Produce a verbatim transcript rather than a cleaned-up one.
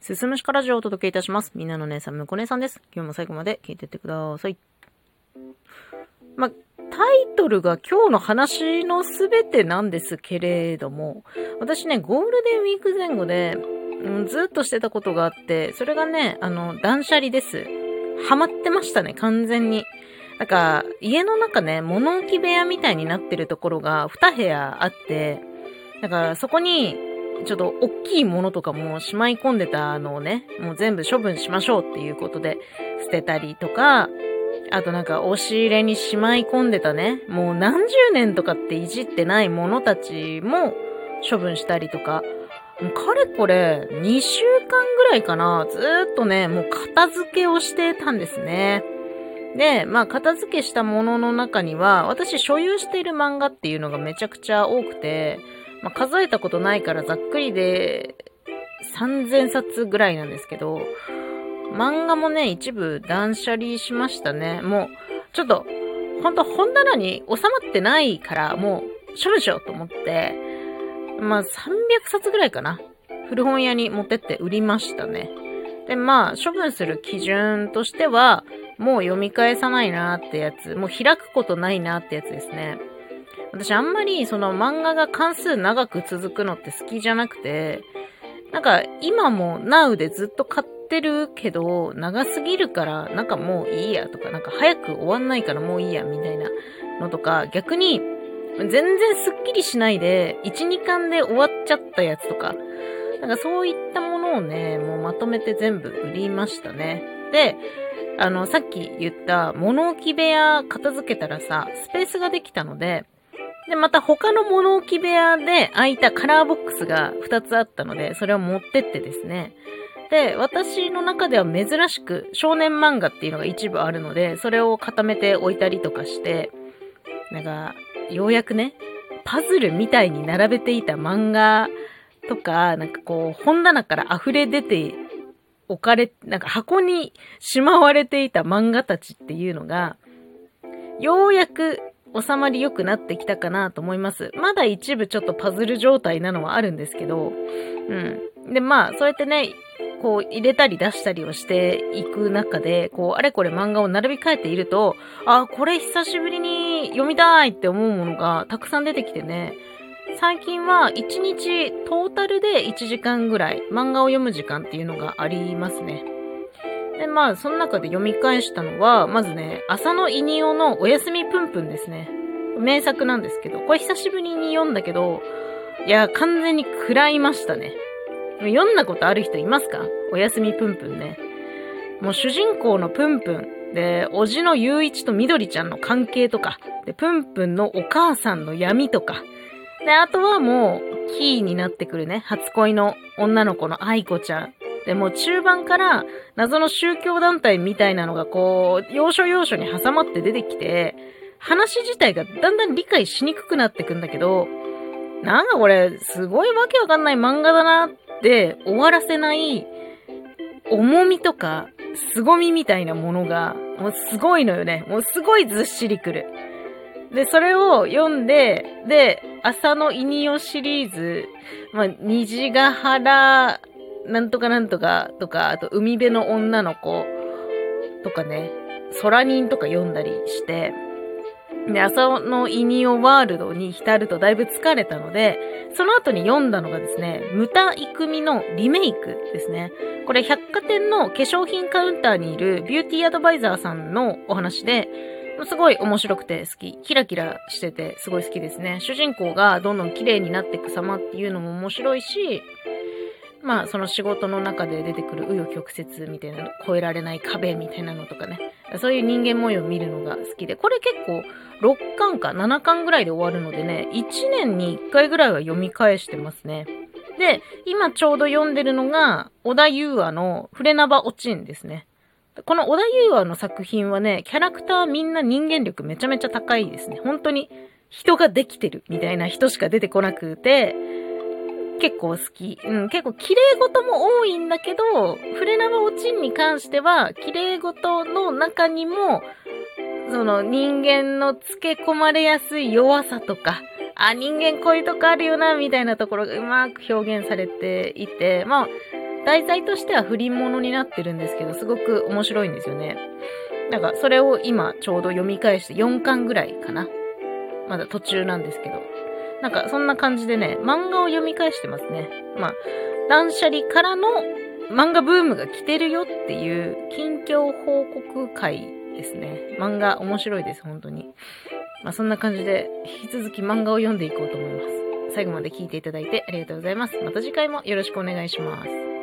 すすむしかラジオをお届けいたします。みんなの姉さん、むこ姉さんです。今日も最後まで聞いてってください。ま、タイトルが今日の話のすべてなんですけれども、私ね、ゴールデンウィーク前後で、うん、ずっとしてたことがあって、それがね、あの、断捨離です。ハマってましたね、完全に。なんか、家の中ね、物置部屋みたいになってるところがに部屋あって、だからそこに、ちょっと大きいものとかもしまい込んでたのをね、もう全部処分しましょうっていうことで捨てたりとか、あとなんか押し入れにしまい込んでたね、もう何十年とかっていじってないものたちも処分したりとか、もうかれこれにしゅうかんぐらいかな、ずーっとね、もう片付けをしてたんですね。で、まあ片付けしたものの中には、私所有している漫画っていうのがめちゃくちゃ多くて、まあ、数えたことないからざっくりでさんぜんさつぐらいなんですけど、漫画もね、一部断捨離しましたね。もう、ちょっと、ほんと本棚に収まってないから、もう、処分しようと思って、まあ、さんびゃくさつぐらいかな。古本屋に持ってって売りましたね。で、まあ、処分する基準としては、もう読み返さないなーってやつ、もう開くことないなーってやつですね。私あんまりその漫画が関数長く続くのって好きじゃなくて、なんか今も Now でずっと買ってるけど、長すぎるからなんかもういいやとか、なんか早く終わんないからもういいやみたいなのとか、逆に全然スッキリしないでいち、にかんで終わっちゃったやつとか、なんかそういったものをね、もうまとめて全部売りましたね。で、あの、さっき言った物置部屋片付けたらさ、スペースができたので、で、また他の物置部屋で空いたカラーボックスがふたつあったので、それを持ってってですね。で、私の中では珍しく少年漫画っていうのが一部あるので、それを固めて置いたりとかして、なんか、ようやくね、パズルみたいに並べていた漫画とか、なんかこう、本棚から溢れ出て置かれ、なんか箱にしまわれていた漫画たちっていうのが、ようやく収まり良くなってきたかなと思います。まだ一部ちょっとパズル状態なのはあるんですけど、うん。で、まあ、そうやってね、こう入れたり出したりをしていく中で、こう、あれこれ漫画を並び替えていると、あ、これ久しぶりに読みたいって思うものがたくさん出てきてね、最近はいちにちトータルでいちじかんぐらい漫画を読む時間っていうのがありますね。で、まあ、その中で読み返したのは、まずね、浅野いにおのおやすみぷんぷんですね。名作なんですけど、これ久しぶりに読んだけど、いや、完全に食らいましたね。読んだことある人いますか？おやすみぷんぷんね。もう主人公のぷんぷん、で、おじのゆういちとみどりちゃんの関係とか、で、ぷんぷんのお母さんの闇とか、で、あとはもう、キーになってくるね、初恋の女の子の愛子ちゃん。で、もう中盤から謎の宗教団体みたいなのがこう、要所要所に挟まって出てきて、話自体がだんだん理解しにくくなってくんだけど、なんかこれ、すごいわけわかんない漫画だなって終わらせない、重みとか、凄みみたいなものが、もうすごいのよね。もうすごいずっしりくる。で、それを読んで、で、浅野いにおシリーズ、まあ、虹ヶ原、なんとかなんとかとか、あと海辺の女の子とかね、空人とか読んだりして、で、浅野いにおワールドに浸るとだいぶ疲れたので、その後に読んだのがですね、ムタイクミのリメイクですね。これ百貨店の化粧品カウンターにいるビューティーアドバイザーさんのお話で、すごい面白くて好き。キラキラしててすごい好きですね。主人公がどんどん綺麗になっていく様っていうのも面白いし、まあその仕事の中で出てくる紆余曲折みたいなの、越えられない壁みたいなのとかね。そういう人間模様を見るのが好きで、これ結構ろっかんかななかんぐらいで終わるのでね、いちねんにいっかいぐらいは読み返してますね。で、今ちょうど読んでるのが、小田優愛のフレナバオチンですね。この小田優愛の作品はね、キャラクターみんな人間力めちゃめちゃ高いですね。本当に人ができてるみたいな人しか出てこなくて、結構好き。うん、結構綺麗事も多いんだけど、フレナバオチンに関しては、綺麗事の中にも、その人間のつけ込まれやすい弱さとか、あ、人間こういうとこあるよな、みたいなところがうまく表現されていて、まあ、 題材としては不倫ものになってるんですけど、すごく面白いんですよね。なんか、それを今ちょうど読み返してよんかんぐらいかな。まだ途中なんですけど。なんか、そんな感じでね、漫画を読み返してますね。まあ、断捨離からの漫画ブームが来てるよっていう近況報告会ですね。漫画面白いです、本当に。まあ、そんな感じで、引き続き漫画を読んでいこうと思います。最後まで聞いていただいてありがとうございます。また次回もよろしくお願いします。